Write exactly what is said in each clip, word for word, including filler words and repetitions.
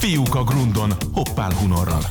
Fiúk a grundon, Hoppál Hunorral.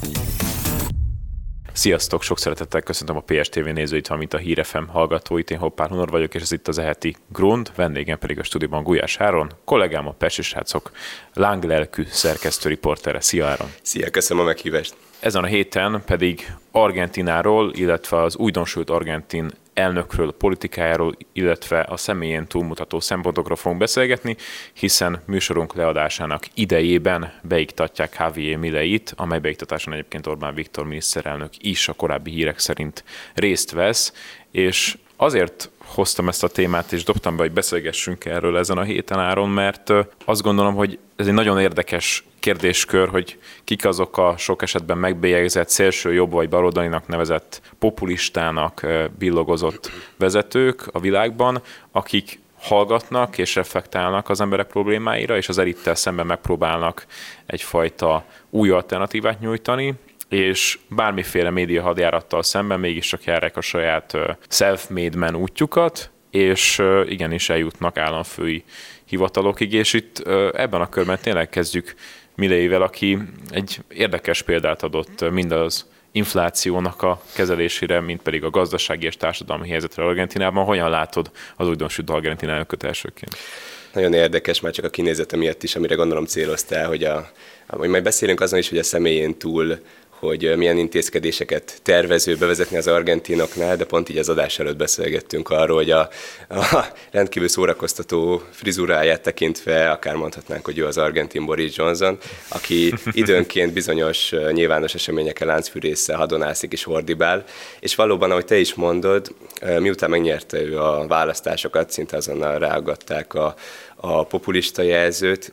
Sziasztok, sok szeretettel köszöntöm a pé es té vé nézőit, valamint a Hír ef em hallgatóit. Én Hoppál Hunor vagyok, és ez itt az eheti Grund, vendégem pedig a stúdióban Gulyás Áron, kollégám a Pesti srácok lánglelkű szerkesztő riportere. Szia Áron! Szia, köszönöm a meghívást! Ezen a héten pedig Argentináról, illetve az újdonsült argentin elnökről, politikájáról, illetve a személyén túlmutató szempontokról fogunk beszélgetni, hiszen műsorunk leadásának idejében beiktatják Javier Mileit, amely beiktatáson egyébként Orbán Viktor miniszterelnök is a korábbi hírek szerint részt vesz, és azért hoztam ezt a témát, és dobtam be, hogy beszélgessünk erről ezen a héten, Áron, mert azt gondolom, hogy ez egy nagyon érdekes kérdéskör, hogy kik azok a sok esetben megbélyegzett, szélső jobb vagy baloldalinak nevezett populistának billogozott vezetők a világban, akik hallgatnak és reflektálnak az emberek problémáira, és az elittel szemben megpróbálnak egyfajta új alternatívát nyújtani, és bármiféle média hadjárattal szemben mégiscsak járják a saját self-made man útjukat, és igenis eljutnak államfői hivatalokig, és itt ebben a körben tényleg kezdjük Mileivel, aki egy érdekes példát adott mind az inflációnak a kezelésére, mint pedig a gazdasági és társadalmi helyzetre Argentinában. Hogyan látod az újdonsült argentin elnököt elsőként? Nagyon érdekes, már csak a kinézete miatt is, amire gondolom céloztál, hogy, a, hogy majd beszélünk azon is, hogy a személyén túl, hogy milyen intézkedéseket tervező bevezetni az argentinoknál, de pont így az adás előtt beszélgettünk arról, hogy a, a rendkívül szórakoztató frizuráját tekintve akár mondhatnánk, hogy ő az argentin Boris Johnson, aki időnként bizonyos nyilvános eseményekkel láncfűrésszel hadonászik és hordibál, és valóban, ahogy te is mondod, miután megnyerte ő a választásokat, szinte azonnal ráaggatták a, a populista jelzőt.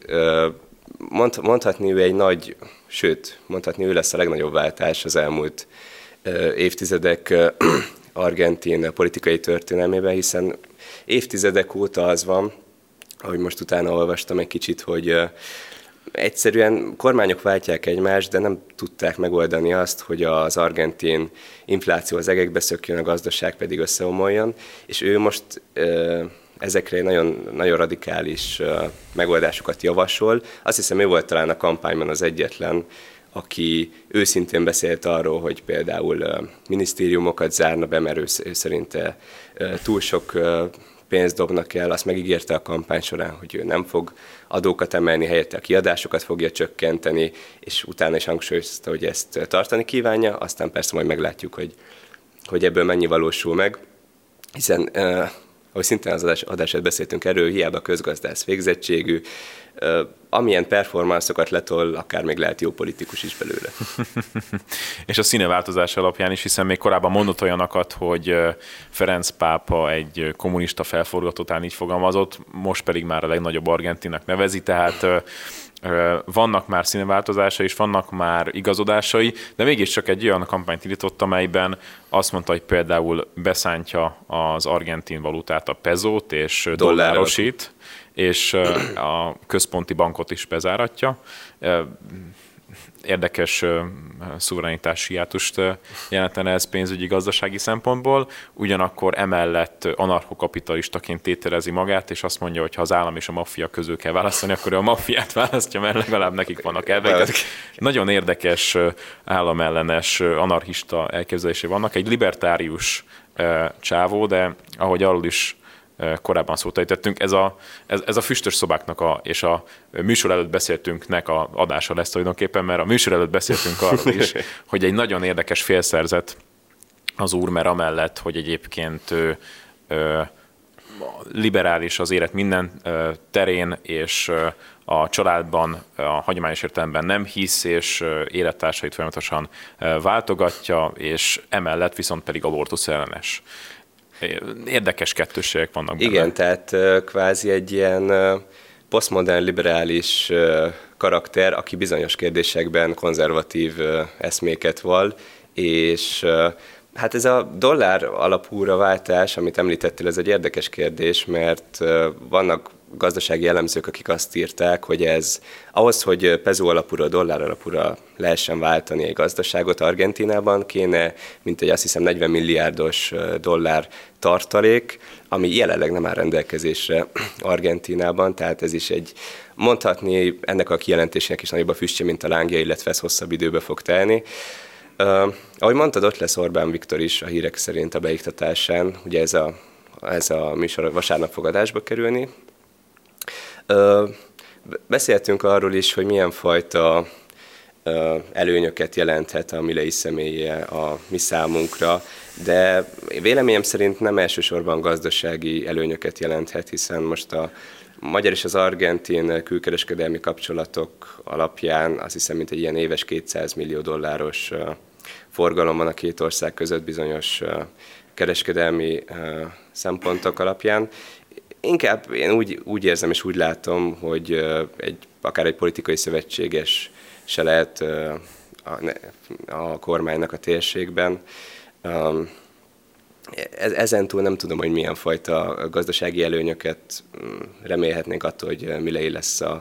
Mond, mondhatni ő egy nagy, sőt, mondhatni ő lesz a legnagyobb váltás az elmúlt uh, évtizedek uh, argentin politikai történelmében, hiszen évtizedek óta az van, ahogy most utána olvastam egy kicsit, hogy uh, egyszerűen kormányok váltják egymást, de nem tudták megoldani azt, hogy az argentin infláció az egekbe szökjön, a gazdaság pedig összeomoljon, és ő most uh, ezekre nagyon, nagyon radikális uh, megoldásokat javasol. Azt hiszem, ő volt talán a kampányban az egyetlen, aki őszintén beszélt arról, hogy például uh, minisztériumokat zárna be, mert ő, ő szerinte uh, túl sok uh, pénzt dobnak el. Azt megígérte a kampány során, hogy ő nem fog adókat emelni, helyette a kiadásokat fogja csökkenteni, és utána is hangsúlyozta, hogy ezt tartani kívánja. Aztán persze majd meglátjuk, hogy, hogy ebből mennyi valósul meg, hiszen uh, ahogy szintén az adás, adását beszéltünk erről, hiába közgazdász végzettségű, uh, amilyen performanszokat letol, akár még lehet jó politikus is belőle. És a színeváltozás alapján is, hiszen még korábban mondott olyanokat, hogy Ferenc pápa egy kommunista felforgató, talán így fogalmazott, most pedig már a legnagyobb argentinnak nevezi, tehát vannak már színeváltozásai, és vannak már igazodásai, de mégiscsak egy olyan kampányt indított, amelyben azt mondta, hogy például beszántja az argentin valutát, a pezót, és dollárosít, és a központi bankot is bezáratja. Érdekes szuverenitási hiátust jelentene ez pénzügyi gazdasági szempontból, ugyanakkor emellett anarchokapitalistaként tételezi magát, és azt mondja, hogy ha az állam és a maffia közül kell választani, akkor ő a maffiát választja, mert legalább nekik vannak elvek. Nagyon érdekes államellenes, anarchista elképzelésé vannak. Egy libertárius csávó, de ahogy arról is korábban szót ejtettünk, ez a, ez, ez a füstös szobáknak a, és a műsor előtt beszéltünknek a adása lesz tulajdonképpen, mert a műsor előtt beszéltünk arról is, hogy egy nagyon érdekes félszerzet az úr, mert amellett, hogy egyébként ő, ő, liberális az élet minden terén, és a családban a hagyományos értelemben nem hisz, és élettársait folyamatosan váltogatja, és emellett viszont pedig abortusz ellenes. Érdekes kettősségek vannak benne. Igen, tehát uh, kvázi egy ilyen uh, posztmodern liberális uh, karakter, aki bizonyos kérdésekben konzervatív uh, eszméket val, és uh, hát ez a dollár alapúra váltás, amit említettél, ez egy érdekes kérdés, mert uh, vannak gazdasági elemzők, akik azt írták, hogy ez ahhoz, hogy peso alapúra, dollár alapúra lehessen váltani egy gazdaságot Argentínában, kéne, mint egy azt hiszem negyven milliárdos dollár tartalék, ami jelenleg nem áll rendelkezésre Argentínában, tehát ez is egy, mondhatni ennek a kijelentésének is nagyobb a füstje, mint a lángja, illetve ez hosszabb időbe fog telni. Uh, ahogy mondtad, ott lesz Orbán Viktor is a hírek szerint a beiktatásán, ugye ez a, ez a műsor vasárnap fog adásba kerülni. Uh, beszéltünk arról is, hogy milyen fajta uh, előnyöket jelenthet a Milei személye a mi számunkra, de véleményem szerint nem elsősorban gazdasági előnyöket jelenthet, hiszen most a magyar és az argentin külkereskedelmi kapcsolatok alapján azt hiszem, mint egy ilyen éves kétszáz millió dolláros forgalom van a két ország között bizonyos kereskedelmi szempontok alapján. Inkább én úgy, úgy érzem és úgy látom, hogy egy, akár egy politikai szövetséges se lehet a, a kormánynak a térségben. Ezentúl nem tudom, hogy milyen fajta gazdasági előnyöket remélhetnénk attól, hogy Milei lesz a,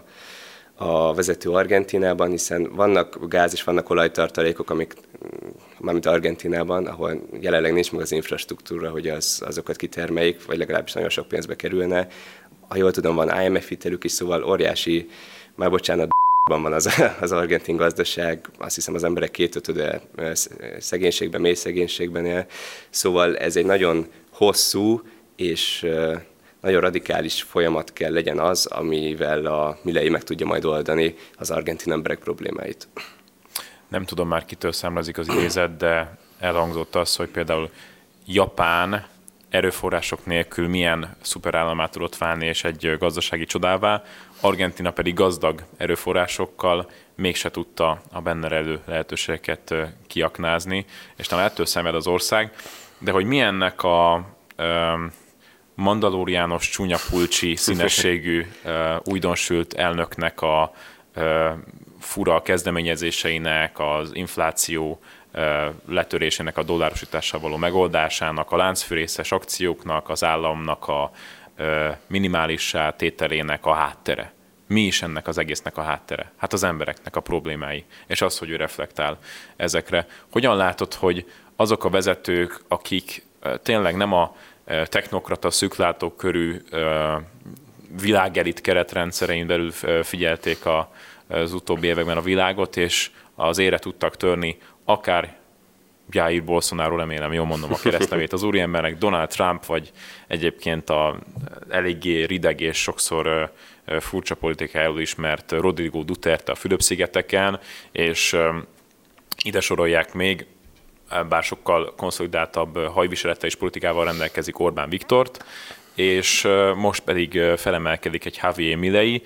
a vezető Argentínában, hiszen vannak gáz és vannak olajtartalékok, amik, mármint Argentínában, ahol jelenleg nincs meg az infrastruktúra, hogy az, azokat kitermeljék, vagy legalábbis nagyon sok pénzbe kerülne. Ha jól tudom, van I M F hitelük is, szóval óriási, már bocsánat, van az, az argentin gazdaság, azt hiszem az emberek kétötöde szegénységben, mély szegénységben él. Szóval ez egy nagyon hosszú és nagyon radikális folyamat kell legyen az, amivel a Milei meg tudja majd oldani az argentin emberek problémáit. Nem tudom már kitől származik az idézet, de elhangzott az, hogy például Japán erőforrások nélkül milyen szuperállammá tudott válni és egy gazdasági csodává, Argentína pedig gazdag erőforrásokkal mégse tudta a benne rejlő lehetőségeket kiaknázni, és nem ettől szenved az ország, de hogy milyennek a um, mandalóriános csúnya pulcsi színességű uh, újdonsült elnöknek a uh, fura kezdeményezéseinek, az infláció letörésének, a dollárosítással való megoldásának, a láncfűrészes akcióknak, az államnak a minimálissá tételének a háttere. Mi is ennek az egésznek a háttere? Hát az embereknek a problémái, és az, hogy ő reflektál ezekre. Hogyan látod, hogy azok a vezetők, akik tényleg nem a technokrata szűklátókörű világelit keretrendszerein belül figyelték az utóbbi években a világot, és az ére tudtak törni, akár Jair Bolsonaro, remélem jól mondom a keresztnevét, az úriembernek, Donald Trump, vagy egyébként a eléggé rideg és sokszor furcsa politikájáról ismert Rodrigo Duterte a Fülöp-szigeteken, és ide sorolják még, bár sokkal konszolidáltabb hajviselettel és politikával rendelkezik Orbán Viktort, és most pedig felemelkedik egy Javier Milei.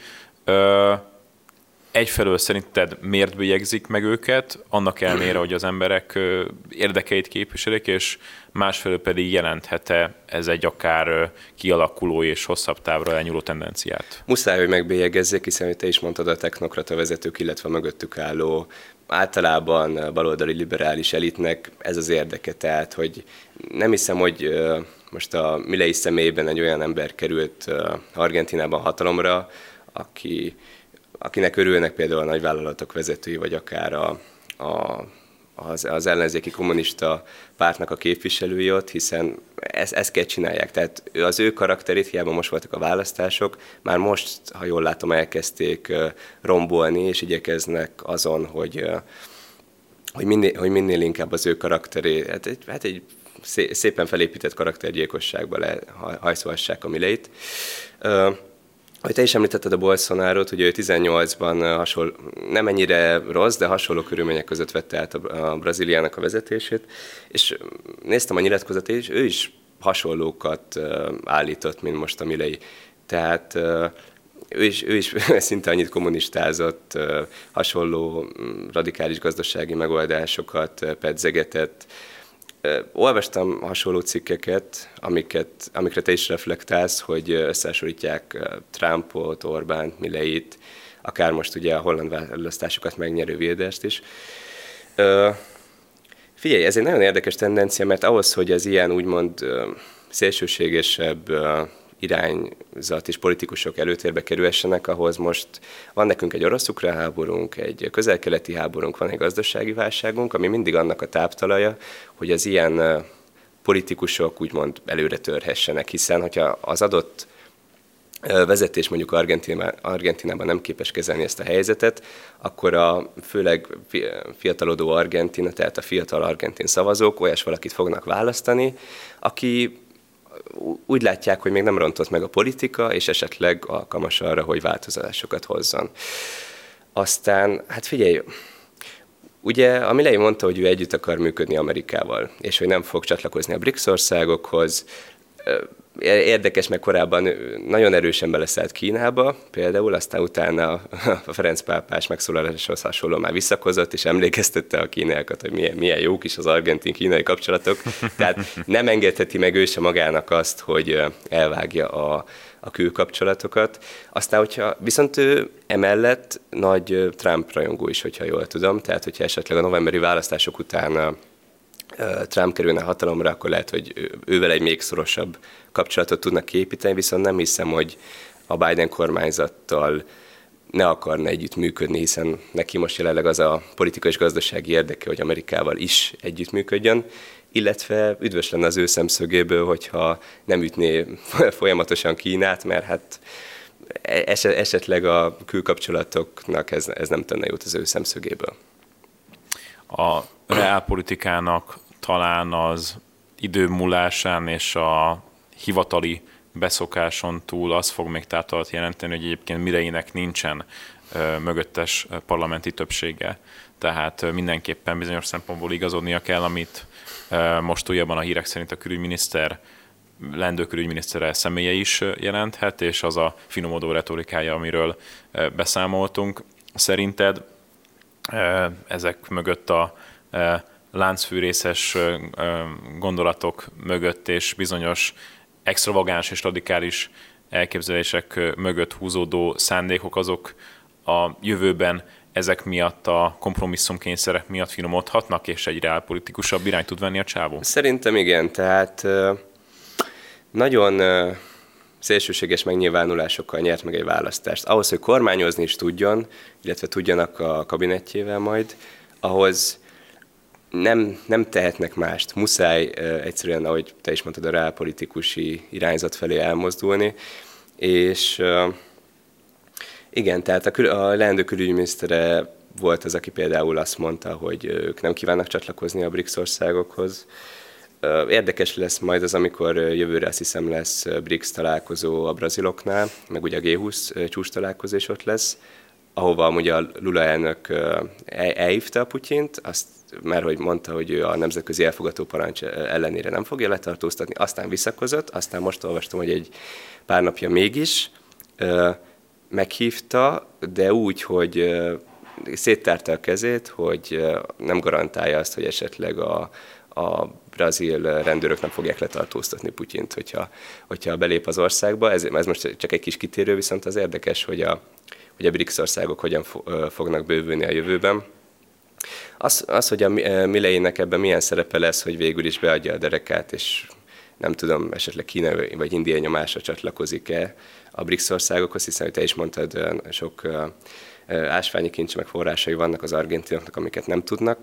Egyfelől szerinted miért bélyegzik meg őket, annak ellenére, hogy az emberek érdekeit képviselik, és másfelől pedig jelenthet-e ez egy akár kialakuló és hosszabb távra elnyúló tendenciát? Muszáj, hogy megbélyegezzék, hiszen hogy te is mondtad, a technokrata vezetők, illetve a mögöttük álló általában baloldali liberális elitnek ez az érdeke, tehát hogy nem hiszem, hogy most a Milei személyében egy olyan ember került Argentínában hatalomra, aki akinek örülnek például a nagyvállalatok vezetői, vagy akár a, a, az, az ellenzéki kommunista pártnak a képviselői ott, hiszen ezt, ezt kell csinálják. Tehát az ő karakterét, hiába most voltak a választások, már most, ha jól látom, elkezdték rombolni, és igyekeznek azon, hogy, hogy, minél, hogy minél inkább az ő karakterét, hát egy, hát egy szépen felépített karaktergyilkosságba lehajszolhassák a Mileit. Ahogy te is említetted a Bolsonarot, ugye ő tizennyolcban hasonló, nem ennyire rossz, de hasonló körülmények között vette át a, a Brazíliának a vezetését, és néztem a nyilatkozatét, és ő is hasonlókat állított, mint most a Milei. Tehát ő is, ő is szinte annyit kommunistázott, hasonló radikális gazdasági megoldásokat pedzegetett. Olvastam hasonló cikkeket, amiket, amikre te is reflektálsz, hogy összehasonlítják Trumpot, Orbánt, Mileit, akár most ugye a holland választásokat megnyerő Wilderst is. Figyelj, ez egy nagyon érdekes tendencia, mert ahhoz, hogy ez ilyen úgymond szélsőségesebb irányzat és politikusok előtérbe kerülhessenek, ahhoz most van nekünk egy orosz-ukrán háborunk, egy közel-keleti háborunk, van egy gazdasági válságunk, ami mindig annak a táptalaja, hogy az ilyen politikusok úgymond előre törhessenek, hiszen hogyha az adott vezetés mondjuk Argentinában, Argentinában nem képes kezelni ezt a helyzetet, akkor a főleg fiatalodó Argentina, tehát a fiatal argentin szavazók olyas valakit fognak választani, aki úgy látják, hogy még nem rontott meg a politika, és esetleg alkalmas arra, hogy változásokat hozzon. Aztán, hát figyelj, ugye a Milei mondta, hogy ő együtt akar működni Amerikával, és hogy nem fog csatlakozni a BRICS országokhoz. Érdekes, meg korábban nagyon erősen beleszállt Kínába, például, aztán utána a Ferenc pápás megszólaláshoz hasonló már visszakozott, és emlékeztette a kínaiakat, hogy milyen, milyen jók is az argentin-kínai kapcsolatok. Tehát nem engedheti meg ő sem magának azt, hogy elvágja a, a külkapcsolatokat. Aztán, hogyha viszont ő emellett nagy Trump rajongó is, hogyha jól tudom, tehát hogyha esetleg a novemberi választások után Trump kerülne hatalomra, akkor lehet, hogy ővel egy még szorosabb kapcsolatot tudnak kiépíteni, viszont nem hiszem, hogy a Biden kormányzattal ne akarna együtt működni, hiszen neki most jelenleg az a politikai és gazdasági érdeke, hogy Amerikával is együttműködjön, illetve üdvös lenne az ő szemszögéből, hogyha nem ütné folyamatosan Kínát, mert hát esetleg a külkapcsolatoknak ez, ez nem tenne jót az ő szemszögéből. A reálpolitikának talán az idő múlásán és a hivatali beszokáson túl az fog még táptalat jelenteni, hogy egyébként Mileinek nincsen ö, mögöttes parlamenti többsége. Tehát ö, mindenképpen bizonyos szempontból igazodnia kell, amit ö, most újabban a hírek szerint a külügyminiszter, leendő külügyminisztere személye is jelenthet, és az a finomodó retorikája, amiről ö, beszámoltunk. Szerinted ö, ezek mögött a ö, láncfűrészes gondolatok mögött és bizonyos extravagáns és radikális elképzelések mögött húzódó szándékok, azok a jövőben ezek miatt a kompromisszumkényszerek miatt finomodhatnak, és egy reálpolitikusabb irány tud venni a csávó? Szerintem igen, tehát nagyon szélsőséges megnyilvánulásokkal nyert meg egy választást. Ahhoz, hogy kormányozni is tudjon, illetve tudjanak a kabinettjével majd, ahhoz Nem, nem tehetnek mást. Muszáj uh, egyszerűen, ahogy te is mondtad, a reálpolitikusi irányzat felé elmozdulni. És uh, igen, tehát a, kül- a leendő külügyminisztere volt az, aki például azt mondta, hogy ők nem kívánnak csatlakozni a BRICS országokhoz. Uh, érdekes lesz majd az, amikor jövőre azt hiszem lesz BRICS találkozó a braziloknál, meg ugye a G húsz csúcs találkozó is ott lesz, ahova ugye a Lula elnök elhívta a Putyint, azt, mert hogy mondta, hogy ő a nemzetközi elfogató parancs ellenére nem fogja letartóztatni, aztán visszakozott, aztán most olvastam, hogy egy pár napja mégis meghívta, de úgy, hogy széttárta a kezét, hogy nem garantálja azt, hogy esetleg a, a brazil rendőrök nem fogják letartóztatni Putyint, hogyha, hogyha belép az országba. Ez, ez most csak egy kis kitérő, viszont az érdekes, hogy a hogy a BRICS országok hogyan fognak bővülni a jövőben. Az, az hogy a Mileinek ebben milyen szerepe lesz, hogy végül is beadja a derekát, és nem tudom, esetleg Kína vagy India nyomásra csatlakozik-e a BRICS országokhoz, hiszen, hogy te is mondtad, sok ásványi kincs meg forrásai vannak az argentinoknak, amiket nem tudnak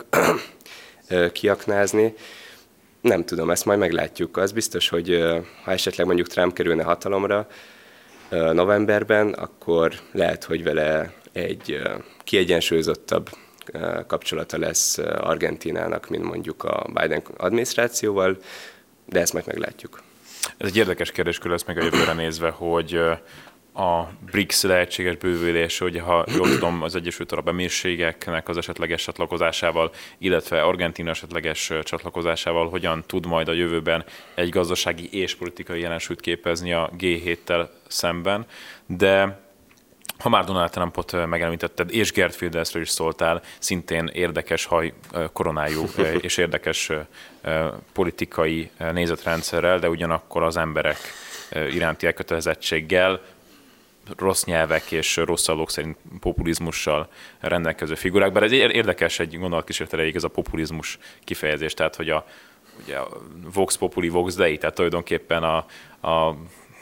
kiaknázni. Nem tudom, ezt majd meglátjuk. Az biztos, hogy ha esetleg mondjuk Trump kerülne hatalomra, novemberben, akkor lehet, hogy vele egy kiegyensúlyozottabb kapcsolata lesz Argentinának, mint mondjuk a Biden adminisztrációval, de ezt majd meglátjuk. Ez egy érdekes kérdéskör lesz meg a jövőre nézve, hogy a BRICS lehetséges bővülése, ugye ha jól tudom, az Egyesült Arab Emírségeknek az esetleges csatlakozásával, illetve Argentína esetleges csatlakozásával hogyan tud majd a jövőben egy gazdasági és politikai jelensúlyt képezni a G héttel szemben, de ha már Donald Trumpot megemlítetted, és Gerd Wildersről is szóltál, szintén érdekes haj koronájú és érdekes politikai nézetrendszerrel, de ugyanakkor az emberek iránti elkötelezettséggel, rossz nyelvek és rossz szavak szerint populizmussal rendelkező figurák. Bár ez érdekes egy gondolatkísért erejéig ez a populizmus kifejezés, tehát hogy a, ugye a vox populi, vox dei, tehát tulajdonképpen a, a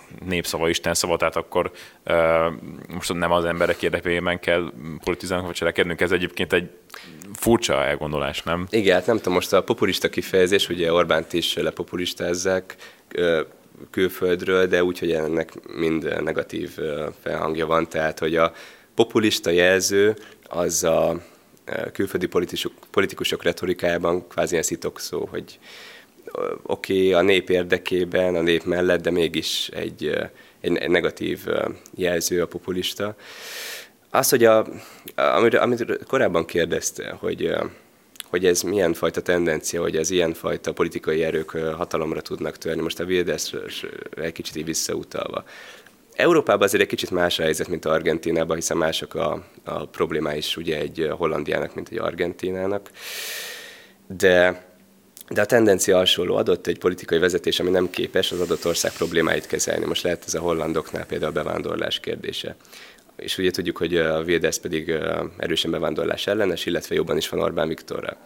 népszava, Isten szava, tehát akkor uh, most nem az emberek érdekében kell politizálnunk, vagy cselekednünk, ez egyébként egy furcsa elgondolás, nem? Igen, hát nem tudom, most a populista kifejezés, ugye Orbánt is lepopulistázzák külföldről, de úgy, hogy ennek mind negatív felhangja van, tehát hogy a populista jelző az a külföldi politikusok, politikusok retorikájában kvázi ilyen szitokszó, hogy oké, okay, a nép érdekében, a nép mellett, de mégis egy, egy negatív jelző a populista. Az, hogy a, amit, amit korábban kérdezte, hogy, hogy ez milyen fajta tendencia, hogy ez ilyen fajta politikai erők hatalomra tudnak törni, most a Wilders egy kicsit így visszautalva. Európában azért egy kicsit más a helyzet, mint Argentínában, hiszen mások a, a problémái is ugye egy Hollandiának, mint egy Argentínának. De, de a tendencia hasonló, adott egy politikai vezetés, ami nem képes az adott ország problémáit kezelni. Most lehet ez a hollandoknál például a bevándorlás kérdése. És ugye tudjuk, hogy a Wilders pedig erősen bevándorlás ellenes, illetve jobban is van Orbán Viktorral.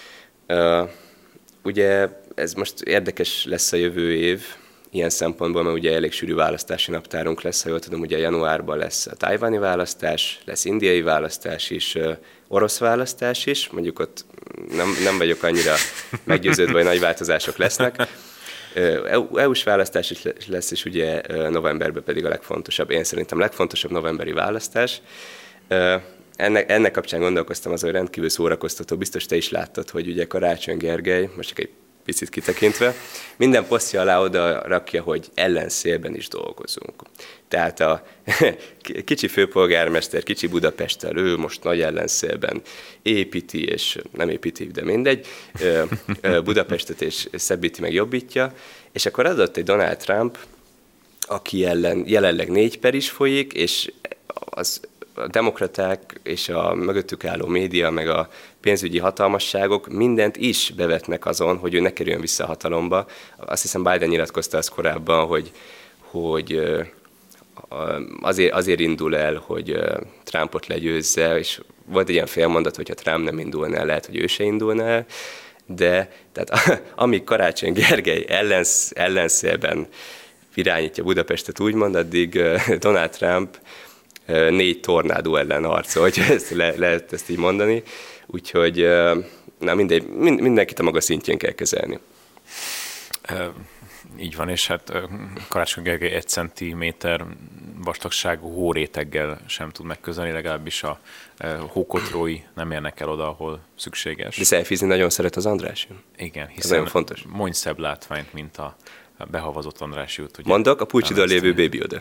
Ugye ez most érdekes lesz a jövő év, ilyen szempontból, mert ugye elég sűrű választási naptárunk lesz, ha jól tudom, ugye januárban lesz a tajvani választás, lesz indiai választás is, orosz választás is, mondjuk ott nem, nem vagyok annyira meggyőződve, hogy nagy változások lesznek. é u-s választás is lesz, és ugye novemberben pedig a legfontosabb, én szerintem legfontosabb novemberi választás. Ennek, ennek kapcsán gondolkoztam, az, hogy rendkívül szórakoztató, biztos te is láttad, hogy ugye Karácsony Gergely, most csak egy picit kitekintve, minden posztja alá oda rakja, hogy ellenszélben is dolgozunk. Tehát a kicsi főpolgármester, kicsi Budapesttel, ő most nagy ellenszélben építi, és nem építi, de mindegy, Budapestet és szebbíti, meg jobbítja, és akkor adott egy Donald Trump, aki ellen jelenleg négy per is folyik, és az a demokraták és a mögöttük álló média, meg a pénzügyi hatalmasságok mindent is bevetnek azon, hogy ő ne kerüljön vissza a hatalomba. Azt hiszem Biden nyilatkozta azt korábban, hogy, hogy azért, azért indul el, hogy Trumpot legyőzze, és volt egy ilyen félmondat, hogy ha Trump nem indulna el, lehet, hogy ő se indulna el, de tehát amíg Karácsony Gergely ellensz, ellenszélben irányítja Budapestet úgymond, addig Donald Trump négy tornádó ellen harcol, hogy ezt le, lehet ezt így mondani. Úgyhogy na, mindegy, mindenkit a maga szintjén kell kezelni. E, így van, és hát Karácsony Gergely egy centiméter vastagságú hóréteggel sem tud megközelni, legalábbis a hókotrói nem érnek el oda, ahol szükséges. De szelfizni nagyon szeret az András. Igen, hiszen nagyon fontos. Mondj szebb látványt, mint a behavazott Andrássy út. Mondok, a Pulcsidon lévő Baby Yoda.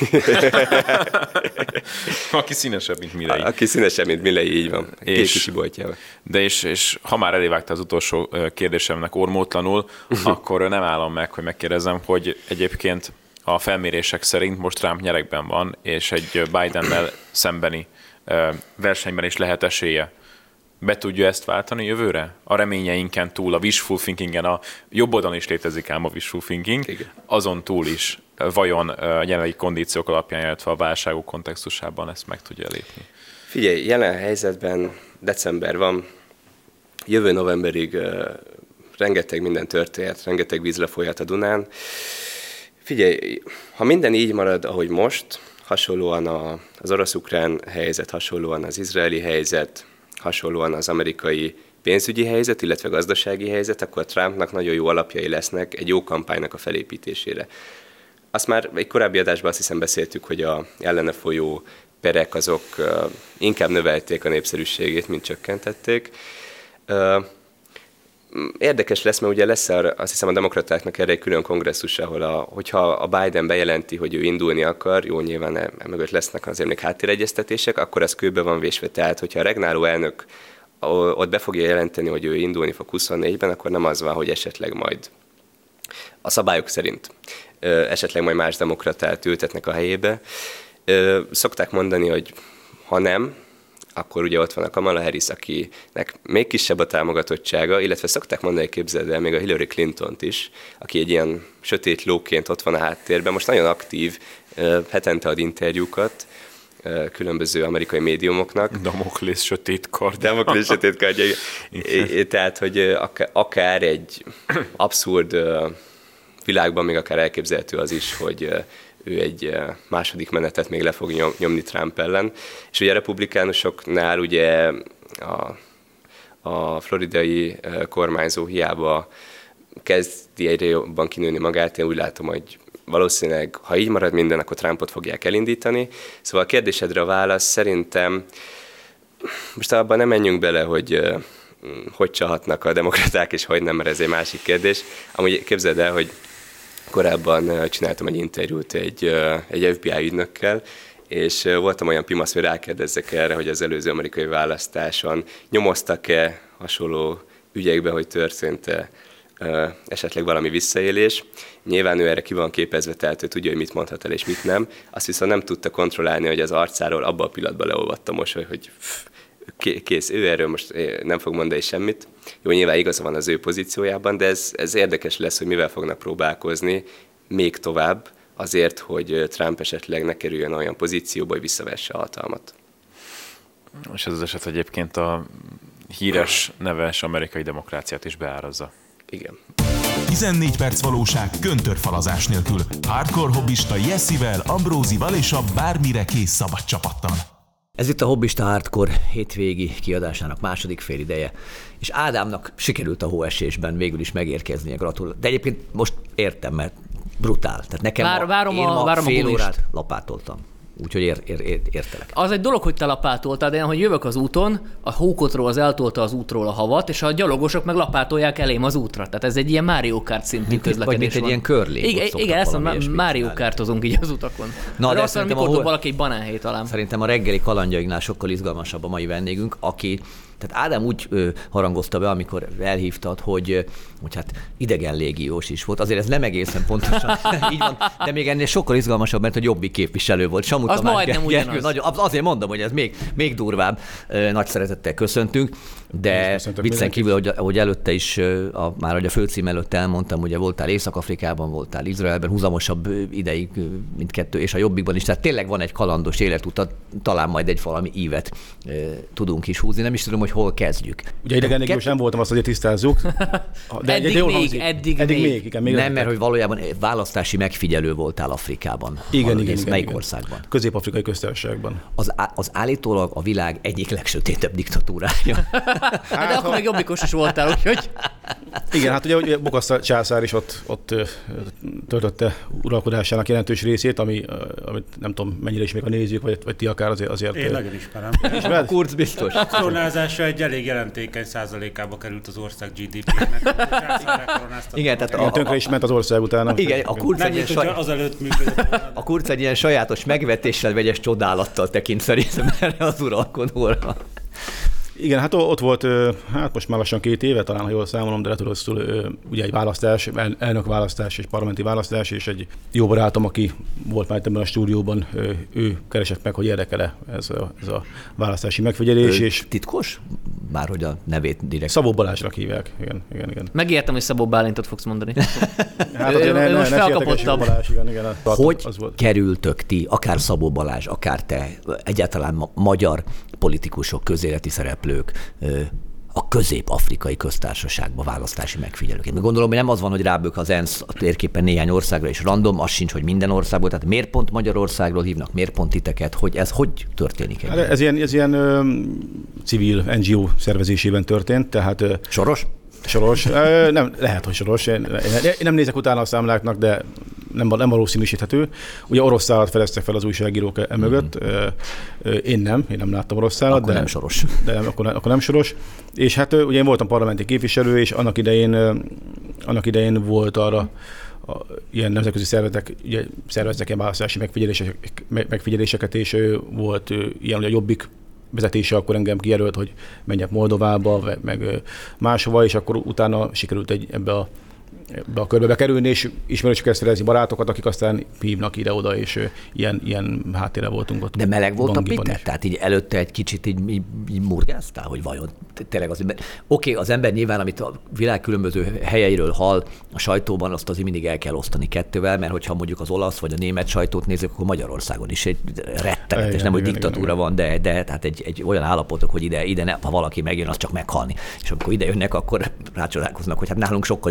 Aki színesebb, mint Milei. Aki színesebb, mint Milei, így van. Két és, kicsi boltjával. De és, és ha már elévágta az utolsó kérdésemnek ormótlanul, akkor nem állom meg, hogy megkérdezem, hogy egyébként a felmérések szerint most Trump nyerekben van, és egy Bidennel szembeni versenyben is lehet esélye. Be tudja ezt váltani jövőre? A reményeinken túl, a wishful thinkingen, a jobb oldalon is létezik ám a wishful thinking, igen. Azon túl is vajon a jelenlegi kondíciók alapján, illetve a válságok kontextusában ezt meg tudja lépni? Figyelj, jelen helyzetben december van, jövő novemberig uh, rengeteg minden történt, rengeteg víz lefolyhat a Dunán. Figyelj, ha minden így marad, ahogy most, hasonlóan a, az orosz-ukrán helyzet, hasonlóan az izraeli helyzet, hasonlóan az amerikai pénzügyi helyzet, illetve gazdasági helyzet, akkor Trumpnak nagyon jó alapjai lesznek egy jó kampánynak a felépítésére. Azt már egy korábbi adásban azt hiszem beszéltük, hogy a ellene folyó perek azok inkább növelték a népszerűségét, mint csökkentették. Érdekes lesz, mert ugye lesz azt hiszem a demokratáknak erre egy külön kongresszus, ahol a, hogyha a Biden bejelenti, hogy ő indulni akar, jó, nyilván e, e mögött lesznek azért még háttéregyeztetések, akkor az kőbe van vésve. Tehát, hogyha a regnáló elnök ott be fogja jelenteni, hogy ő indulni fog huszonnégyben, akkor nem az van, hogy esetleg majd a szabályok szerint esetleg majd más demokratát ültetnek a helyébe. Szokták mondani, hogy ha nem, akkor ugye ott van a Kamala Harris, akinek még kisebb a támogatottsága, illetve szokták mondani, képzeld el, még a Hillary Clintont is, aki egy ilyen sötét lóként ott van a háttérben, most nagyon aktív, hetente ad interjúkat különböző amerikai médiumoknak. Damoklész sötét kard. Damoklész sötét kardja. Tehát, hogy akár egy abszurd világban még akár elképzelhető az is, hogy ő egy második menetet még le fog nyom, nyomni Trump ellen. És ugye a republikánusoknál ugye a, a floridai kormányzó hiába kezdi egyre jobban kinőni magát, én úgy látom, hogy valószínűleg, ha így marad minden, akkor Trumpot fogják elindítani. Szóval a kérdésedre a válasz szerintem, most abban nem menjünk bele, hogy hogy csalhatnak a demokraták, és hogy nem, mert ez egy másik kérdés. Amúgy képzeld el, hogy korábban csináltam egy interjút egy, egy ef bé i ügynökkel, és voltam olyan pimasz, hogy rákérdezzek erre, hogy az előző amerikai választáson nyomoztak-e hasonló ügyekbe, hogy történt-e esetleg valami visszaélés. Nyilván ő erre ki van képezve, tehát ő tudja, hogy mit mondhat el és mit nem. Azt viszont nem tudta kontrollálni, hogy az arcáról abban a pillanatban leolvadt a mosoly, hogy pff, kész, ő erről most nem fog mondani semmit. Jó, nyilván igaza van az ő pozíciójában, de ez, ez érdekes lesz, hogy mivel fognak próbálkozni még tovább, azért, hogy Trump esetleg ne kerüljön olyan pozícióba, hogy visszavesse a hatalmat. És ez az eset egyébként a híres, neves amerikai demokráciát is beárazza. Igen. tizennégy perc valóság köntörfalazás nélkül. Hardcore hobbista Jessivel, Ambrózival és a bármire kész szabad csapattal. Ez itt a Hobbista Hardcore hétvégi kiadásának második félideje, és Ádámnak sikerült a hóesésben végül is megérkeznie, gratulál. De egyébként most értem, mert brutál. Tehát nekem Vár, ma, várom én a, ma várom fél a órát lapátoltam. Úgyhogy ér, ér, ér, értelek. Az egy dolog, hogy te lapátoltál, de én, hogy jövök az úton, a hókotról az eltolta az útról a havat, és a gyalogosok meg lapátolják elém az útra. Tehát ez egy ilyen Mario Kart szintű mint, közlekedés vagy mint egy van. ilyen curling. Igen, igen, ezt mondom, Mario Kartozunk így az utakon. Na, de, de de azt mondom, mikor dob valaki egy banánhéj talán. Szerintem a reggeli kalandjainknál sokkal izgalmasabb a mai vendégünk, aki, tehát Ádám úgy ö, harangozta be, amikor elhívtad, hogy, hogy hát idegen légiós is volt. Azért ez nem egészen pontosan így van, de még ennél sokkal izgalmasabb, mert hogy Jobbik képviselő volt. Samu az Tamás majdnem Gergő, ugyanaz. nagyon, azért mondom, hogy ez még, még durvább. Nagy szeretettel köszöntünk, de viccen kívül, hogy, hogy előtte is, a, már hogy a főcím előtt elmondtam, ugye voltál Észak-Afrikában, voltál Izraelben, húzamosabb ideig mindkettő, és a Jobbikban is, tehát tényleg van egy kalandos életutat, talán majd egy valami ívet e, tudunk is húzni. Nem is tudom, hogy hol kezdjük. Ugye idegen légiós nem voltam, azt azért tisztázzuk. De eddig, jól még, hangzik. eddig, eddig még, még. Igen, még nem, mert hogy valójában választási megfigyelő voltál Afrikában. Igen, igen, igen. Melyik igen. országban? Közép-afrikai köztársaságban. Az, az állítólag a világ egyik legsötétebb diktatúrája. Hát, de akkor még jobbikos is voltál, úgyhogy... Igen, hát ugye, ugye Bokassa császár is ott, ott töltötte uralkodásának jelentős részét, ami, amit nem tudom, mennyire ismerik a nézők, vagy, vagy ti akár azért. azért Én nagyon ismerem. A Kurz biztos. A koronázása egy elég jelentékeny százalékába került az ország gé dé pé-nek. Igen, tehát a, a, tönkre is ment az ország utána. Igen, a Kurz egy, saj... azelőtt működött. a Kurz egy ilyen sajátos megvetéssel, vegyes csodálattal tekint szerintem erre az uralkodóra. Igen, hát ott volt, hát most már lassan két éve, talán, ha jól számolom, de letudottul ugye egy választás, elnök választás és parlamenti választás, és egy jó barátom, aki volt már ebben a stúdióban, ő keresett meg, hogy érdekele ez a, ez a választási megfigyelés. Ő és titkos? Már hogy a nevét direkt. Szabó Balázsnak hívják, igen, igen, igen. Megértem, hogy Szabó Bálintot fogsz mondani. Hát azért ne, ne, most ne felkapottabb. Balázs, igen, igen, az, Hogy az volt. kerültök ti, akár Szabó Balázs, akár te, egyáltalán ma- magyar politikusok, közéleti szereplők a közép-afrikai köztársaságba választási megfigyelőként? Gondolom, hogy nem az van, hogy rábök az ENSZ a térképen néhány országra, és random, az sincs, hogy minden országból. Tehát miért pont Magyarországról hívnak, miért pont titeket, hogy ez hogy történik? Hát ez ilyen, ez ilyen ö, civil en gé o szervezésében történt, tehát... Ö, Soros? Soros. Ö, nem, lehet, hogy soros. Én, én nem nézek utána a számláknak, de nem, nem valószínűsíthető. Ugye orosz szállat fedeztek fel az újságírók e mögött. Mm. Én nem, én nem láttam orosz szállat. Akkor de nem soros. De nem, akkor, akkor nem soros. És hát ugye én voltam parlamenti képviselő, és annak idején, annak idején volt arra, a, ilyen nemzetközi szervezetek ugye, szerveztek ilyen választási megfigyelések, megfigyeléseket, és volt ilyen, hogy a Jobbik vezetése akkor engem kijelölt, hogy menjek Moldovába, meg máshova, és akkor utána sikerült egy, ebbe a be a körbe bekerülni, és ismerősöket szerezni, barátokat, akik aztán hívnak ide-oda, és ilyen, ilyen háttérre voltunk ott. De meleg volt a pite? Is. Tehát így előtte egy kicsit így, így, így murgáztál, hogy vajon tényleg az ember... Oké, okay, az ember nyilván, amit a világ különböző helyeiről hall a sajtóban, azt azért mindig el kell osztani kettővel, mert hogyha mondjuk az olasz vagy a német sajtót nézzük, akkor Magyarországon is egy rettenetes, igen, nem hogy diktatúra igen, van, de, de tehát egy, egy olyan állapotok, hogy ide, ide ne, ha valaki megjön, az csak meghalni. És amikor ide jönnek, akkor rácsodálkoznak, hogy hát nálunk sokkal jobban lehet élni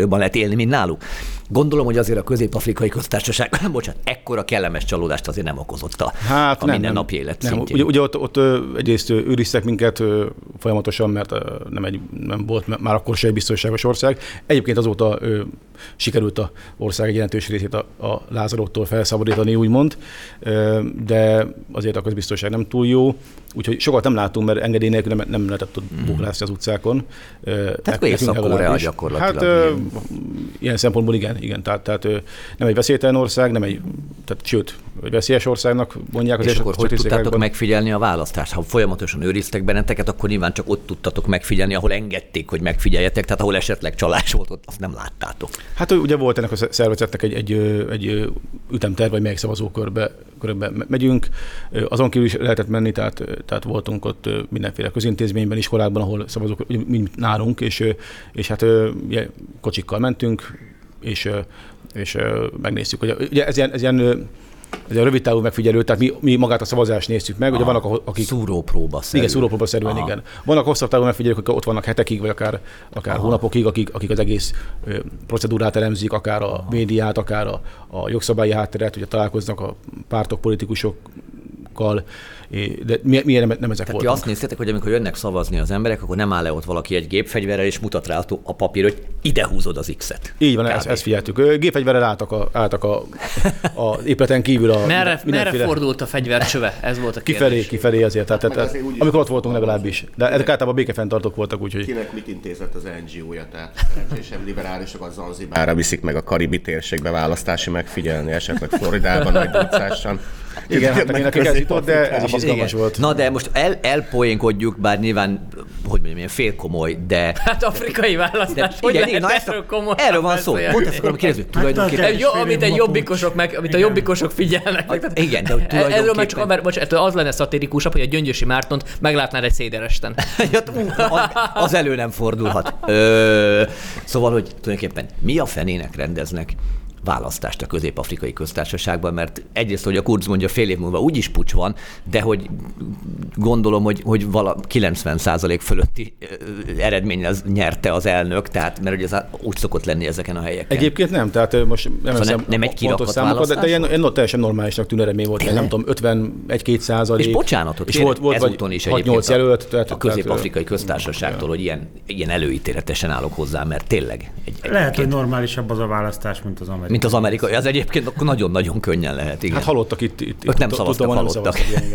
élni, mint náluk. Gondolom, hogy azért a Közép-Afrikai Köztársaság, bocsánat, ekkora kellemes csalódást azért nem okozott a, hát a nem, mindennapi nem, élet nem. szintjén. Ugye, ugye ott, ott egyrészt őriztek minket folyamatosan, mert nem, egy, nem volt már akkor se egy biztonságos ország. Egyébként azóta ö, sikerült az ország egy jelentős részét a, a Lázarottól felszabadítani, úgymond, ö, de azért a közbiztonság nem túl jó. Úgyhogy sokat nem látunk, mert engedély nélkül nem, nem lehetett ott mm. buklászni az utcákon. Tehát Észak-Korea gyakorlatilag. Hát ö, ilyen szempontból igen, igen. Tehát, tehát ö, nem egy veszélytelen ország, nem egy, tehát, sőt, egy veszélyes országnak mondják. Az és akkor hogy tudtátok megfigyelni a választást? Ha folyamatosan őriztek benneteket, akkor nyilván csak ott tudtatok megfigyelni, ahol engedték, hogy megfigyeljetek, tehát ahol esetleg csalás volt, ott azt nem láttátok. Hát ugye volt ennek a szervezetnek egy, egy, egy ütemterv, vagy melyik szavazókörbe körbe megyünk. Azon kívül is lehetett menni, tehát, tehát voltunk ott mindenféle közintézményben, iskolákban, ahol szavazók, mint nálunk, és, és hát kocsikkal mentünk, és, és megnéztük, hogy ugye ez ilyen, ez ilyen ez egy rövid távú megfigyelő, tehát mi, mi magát a szavazást néztük meg, ugye vannak akik... Szúrópróba szerűen. Igen, szúrópróba szerűen, igen. Vannak hosszabb távú megfigyelők, akik ott vannak hetekig, vagy akár, akár hónapokig, akik, akik az egész ö, procedúrát elemzik, akár a médiát, akár a, a jogszabályi hátteret, ugye találkoznak a pártok, politikusokkal, de mi, mi nem, nem ezek Tehát voltak. azt néztétek, hogy amikor jönnek szavazni az emberek, akkor nem áll le ott valaki egy gépfegyverrel, és mutat rá a papír, hogy ide húzod az X-et. Így van, ezt, ezt figyeltük. Gépfegyverrel álltak a, álltak a, a épületen kívül a... Merre, merre fordult a fegyvercsöve? Ez volt a kérdés. Kifelé, kifelé azért. Tehát, tehát, azért amikor ott voltunk legalábbis. De ezek általában békefenntartók voltak, úgyhogy... Kinek mit intézett az en gé ó-ja? Tehát szerencsésebb liberálisok az Zanzibárra viszik meg a karibi térségbe választási megfigyelni, esetleg Floridában nagy dúcásan. Igen, hát nekik ez jutott, de ez is izgalmas volt. Na de most el, elpoénkodjuk, bár nyilván, hogy mondjam, ilyen félkomoly, de... Hát afrikai választás, hogy igen, lehet na erről komoly? Erről van szó. Pont ezt akarom kérdezni, tulajdonképpen... Jó, amit egy jobbikosok, meg, amit a jobbikosok figyelnek. A, igen, de tulajdonképpen... Erről már csak, mert, bocsánat, az lenne szatirikusabb, hogy a Gyöngyösi Mártont meglátnád egy széderesten. Az elő nem fordulhat. Ö, szóval, hogy tulajdonképpen mi a fenének rendeznek választást a Közép-Afrikai Köztársaságban, mert egyrészt, hogy a Kurz mondja, fél év múlva úgyis puccs van, de hogy gondolom, hogy, hogy vala kilencven százalék fölötti eredmény az nyerte az elnök, tehát mert ugye ez úgy szokott lenni ezeken a helyeken. Egyébként nem, tehát most nem, szóval nem, nem egy kirakat választás? De, de ilyen, ilyen teljesen normálisnak tűnő eredmény volt, nem tudom, ötvenegy-két százalék. És bocsánatot és volt, volt ezúton is egyébként jelölt, tehát, a Közép-Afrikai Köztársaságtól, hogy ilyen, ilyen előítéletesen állok hozzá, mert tényleg egy, egy lehet, hogy normálisabb az a választás, mint az amerikai. Mint az amerikai. Az egyébként akkor nagyon-nagyon könnyen lehet, igen. Hát halottak itt. itt Ők nem szavaztak, halottak.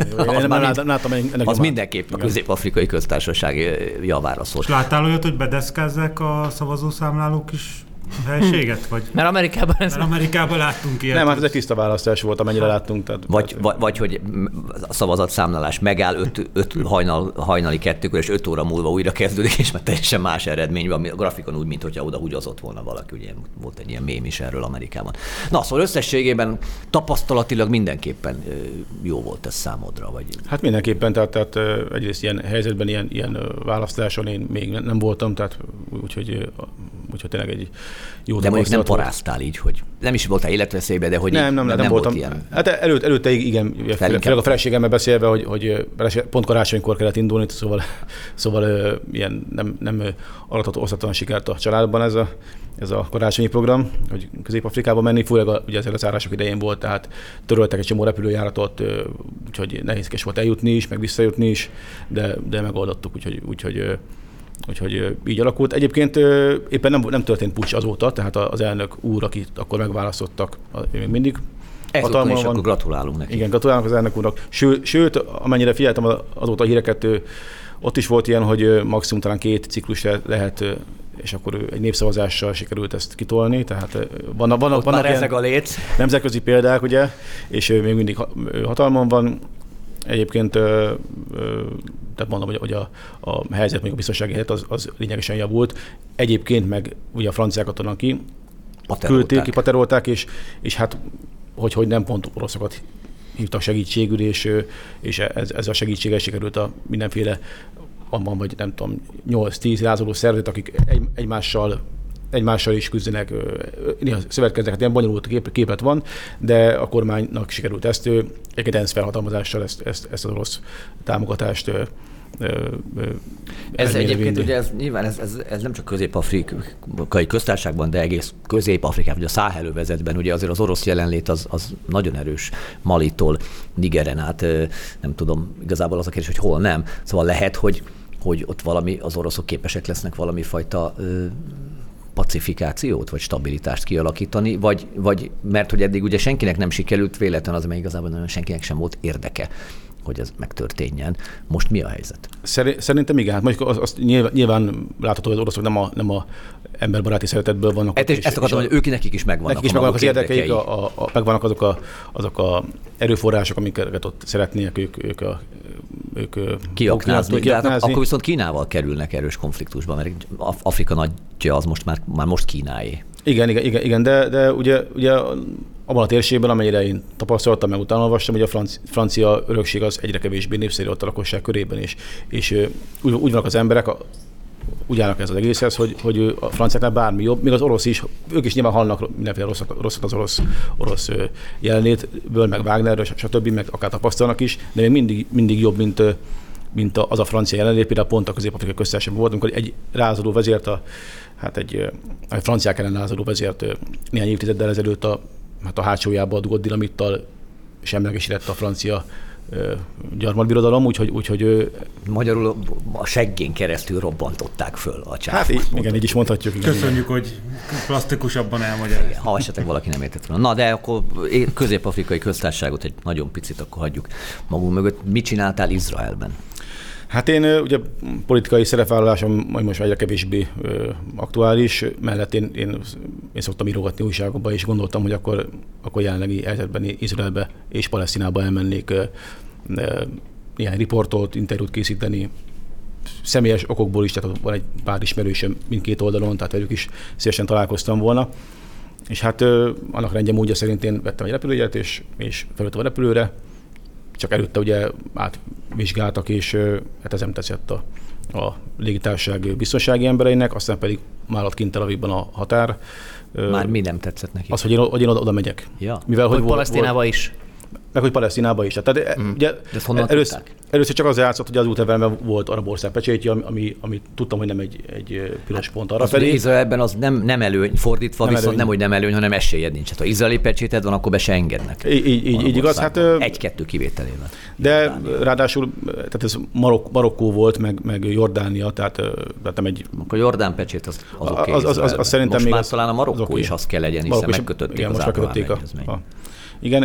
Az az mindenképp a Közép-Afrikai Köztársaság javára szólt. És láttál olyat, hogy bedeszkázzák a szavazószámlálók is helységet? Vagy? Mert Amerikában ez... Mert Amerikában láttunk ilyet. Nem, hát ez egy tiszta választás volt, amennyire láttunk. Tehát, vagy, tehát, vagy, vagy, hogy a szavazatszámlálás megáll öt, öt hajnal, hajnali kettőkor, és öt óra múlva újra kezdődik, és már teljesen más eredmény van. A grafikon úgy, mintha oda húgyozott volna valaki. Ugye volt egy ilyen mém is erről Amerikában. Na, szóval összességében tapasztalatilag mindenképpen jó volt ez számodra? Vagy... Hát mindenképpen, tehát, tehát egyrészt ilyen helyzetben, ilyen, ilyen választáson én még nem voltam, tehát úgyhogy, úgyhogy tényleg egy jó. De mondjuk nem paráztál így, hogy nem is voltál életveszélyben, de hogy nem, nem, nem, nem voltam. Ilyen... Hát előtt, előtte igen, főleg a feleségemmel beszélve, hogy, hogy pont karácsonykor kellett indulni, szóval, szóval ilyen nem, nem aratható osztatlan sikert a családban ez a, ez a karácsonyi program, hogy Közép-Afrikába menni, főleg a, ugye ezek az árások idején volt, tehát töröltek egy csomó repülőjáratot, úgyhogy nehézkes volt eljutni is, meg visszajutni is, de, de megoldottuk, úgyhogy, úgyhogy Úgyhogy így alakult. Egyébként éppen nem, nem történt puccs azóta, tehát az elnök úr, akit akkor megválasztottak, még mindig hatalmon van. Akkor gratulálunk neki. Igen, gratulálunk az elnök úrnak. Ső, sőt, amennyire figyeltem azóta a híreket, ott is volt ilyen, hogy maximum talán két ciklus lehet, és akkor egy népszavazással sikerült ezt kitolni. Tehát van, van, ott vannak már ezek a léc. Nemzetközi példák, ugye, és még mindig hatalmon van. Egyébként, tehát mondom, hogy a, a helyzet, még a biztonsági helyzet az, az lényegesen javult. Egyébként meg ugye a franciákat onnan ki küldték, kipaterolták, és, és hát hogy, hogy nem pont oroszokat hívtak segítségül, és, és ez, ez a segítséggel sikerült a mindenféle, abban vagy nem tudom, nyolc-tíz lázoló szervezet, akik egy, egymással egymással is küzdenek, néha szövetkeznek, ilyen bonyolult kép, képlet van, de a kormánynak sikerült ezt, egyébként ENSZ felhatalmazással ezt, ezt, ezt az orosz támogatást Ez egyébként ugye ez, nyilván ez, ez, ez nem csak közép-afrikai köztársaságban, de egész Közép-Afrikában, ugye a Száhel övezetben, ugye azért az orosz jelenlét az, az nagyon erős, Malitól Nigeren át, nem tudom, igazából az a kérdés, hogy hol nem. Szóval lehet, hogy, hogy ott valami, az oroszok képesek lesznek valami fajta ö, pacifikációt, vagy stabilitást kialakítani, vagy, vagy mert hogy eddig ugye senkinek nem sikerült, véletlen az, mert igazából nagyon senkinek sem volt érdeke, hogy ez megtörténjen. Most mi a helyzet? Szerintem igen. Mondjuk azt, azt nyilván, nyilván látható, hogy az oroszok nem a, nem a emberbaráti szeretetből vannak. Hát, és ezt akartam, hogy ők nekik is megvannak. Nekik is megvannak az érdekeik, a, a, a, megvannak azok a, azok a erőforrások, amiket ott szeretnék ők, ők, a, ők kiaknázni. kiaknázni. Akkor viszont Kínával kerülnek erős konfliktusba, mert Afrika nagyja az most már, már most Kínáé. Igen, igen, igen, igen, de, de ugye, ugye abban a térségben, amennyire én tapasztaltam, meg utána olvastam, hogy a franci, francia örökség az egyre kevésbé népszerű ott a lakosság körében, és, és úgy, úgy vannak az emberek, a, úgy állnak ez az egészhez, hogy, hogy a franciáknál bármi jobb, még az orosz is, ők is nyilván hallnak mindenféle rosszat, rosszat az orosz, orosz jelenlétből, meg Wagnerről, stb., meg akár tapasztalnak is, de még mindig, mindig jobb, mint, mint az a francia jelenlét, például pont a Közép-Afrikai Köztársaságban volt, amikor egy rázadó vezért, a, hát egy, egy franciák ellen rázadó vezért néhány évtizeddel ezelőtt a, hát a hátsójába dugott dinamittal semlegesítette a francia gyarmatbirodalom, úgyhogy... úgyhogy magyarul a seggén keresztül robbantották föl a csáfot. Hát így, igen, így is mondhatjuk. Igen, Köszönjük, igen. hogy plastikusabban elmagyaráztuk. Ha esetleg valaki nem értett volna. Na, de akkor Közép-Afrikai Köztársaságot egy nagyon picit akkor hagyjuk magunk mögött. Mit csináltál Izraelben? Hát én ugye politikai szerepvállalásom majd most egyre kevésbé ö, aktuális, mellett én, én, én szoktam írogatni újságokba, és gondoltam, hogy akkor, akkor jelenlegi helyzetben Izraelbe és Palesztinába elmennék ö, ö, ilyen riportot, interjút készíteni, személyes okokból is, tehát van egy pár ismerősöm mindkét oldalon, tehát velük is szívesen találkoztam volna. És hát ö, annak rendje módja szerint én vettem egy repülőjegyet, és, és felültem a repülőre, csak előtte ugye átvizsgáltak, és hát ez nem tetszett a, a légitársaság biztonsági embereinek, aztán pedig már ott kint Tel Avivban a határ. Már mi nem tetszett neki? Az, hogy én, hogy én oda, oda megyek. Ja. Mivel, hogy Palesztinába is. Meg hogy Palesztinába is. Tehát, mm. ugye, de honnan először, először csak az játszott, hogy az útlevelben volt arab ország pecsétje, ami, ami, ami tudtam, hogy nem egy, egy piros pont arra felé. Izraelben az nem, nem előny, fordítva nem viszont előny. Nem, hogy nem előny, hanem esélyed nincs. Hát, ha izraeli pecséted van, akkor be se engednek. Így, így, így igaz. Hát, egy-kettő kivételével. De Jordánia. Ráadásul tehát ez Marok, Marokkó volt, meg, meg Jordánia, tehát, tehát nem egy... Akkor Jordán pecsét az, az oké. Okay, az, az, az, az szerintem most még már az, talán a Marokkó okay. is az kell legyen, hiszen megkötötték igen, az Ábrahám egyezményt. Igen,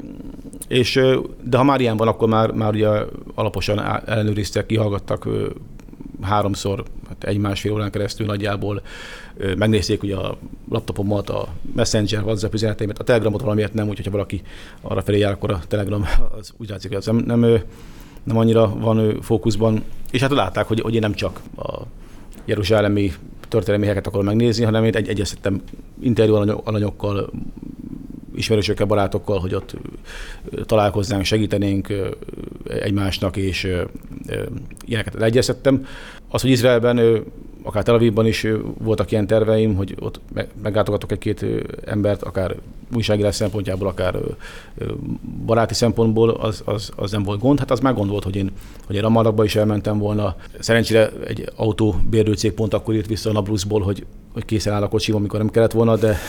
és, de ha már ilyen van, akkor már, már ugye alaposan ellenőriztek, kihallgattak háromszor, hát egy-másfél órán keresztül nagyjából, megnézték ugye a laptopomat, a Messenger, WhatsApp üzeneteimet, a Telegramot valamiért nem, úgyhogy ha valaki arra felé jár, akkor a Telegram az úgy látszik, hogy az nem, nem, nem annyira van fókuszban. És hát látták, hogy, hogy én nem csak a jeruzsálemi történelmi helyeket akarom megnézni, hanem én egy, egyeztettem interjú alanyokkal, ismerősökkel, barátokkal, hogy ott találkoznánk, segítenénk egymásnak, és ilyeneket egyeztettem. Az, hogy Izraelben, akár Tel Avivban is voltak ilyen terveim, hogy ott meglátogatok egy-két embert, akár újságírás szempontjából, akár baráti szempontból, az, az, az nem volt gond. Hát az már gond volt, hogy én, hogy én Ramallahba is elmentem volna. Szerencsére egy autóbérlő cég pont akkor írt vissza a Nablusból, hogy hogy készen áll a kocsim, amikor nem kellett volna, de...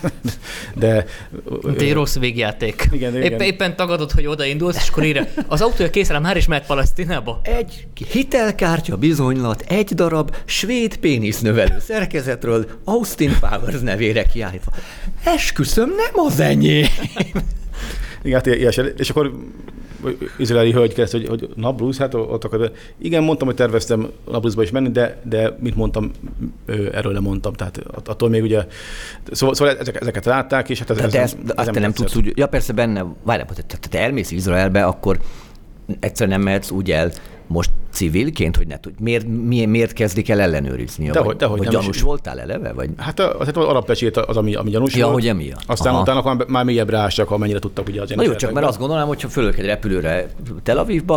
de egy rossz végjáték. Igen, Épp, igen. Éppen tagadod, hogy odaindulsz, és akkor írja, az autója készen áll, már is mehet Palesztinába. Egy hitelkártya bizonylat, egy darab svéd pénisznövelő szerkezetről Austin Powers nevére kiállítva. Esküszöm, nem az enyém. Igen, hát ilyesen. És akkor izraeli hölgy kezdte, hogy, hogy Nablus, hát ott akar. Igen, mondtam, hogy terveztem Nablusba is menni, de, de mint mondtam, erről nem mondtam. Tehát attól még ugye, szóval, szóval ezek, ezeket látták, és hát ez, de, ez, de ez, ezt, ez azt nem te nem tetszett. tudsz úgy, ja persze benne, várjál, te, te elmész Izraelbe, akkor egyszer nem mehetsz úgy el most civilként, hogy ne tudj. Miért, miért, miért kezdik el ellenőrizni? Dehogy, vagy dehogy vagy nem gyanús is. voltál eleve? Vagy? Hát az, az arab pecsét az, ami, ami gyanús ja, volt. hogy emiatt. Aztán Aha. utána már, már mélyebbre ástak, amennyire tudtak ugye az Na jó, csak mert azt gondolom, hogyha fölök egy repülőre Tel Avivba,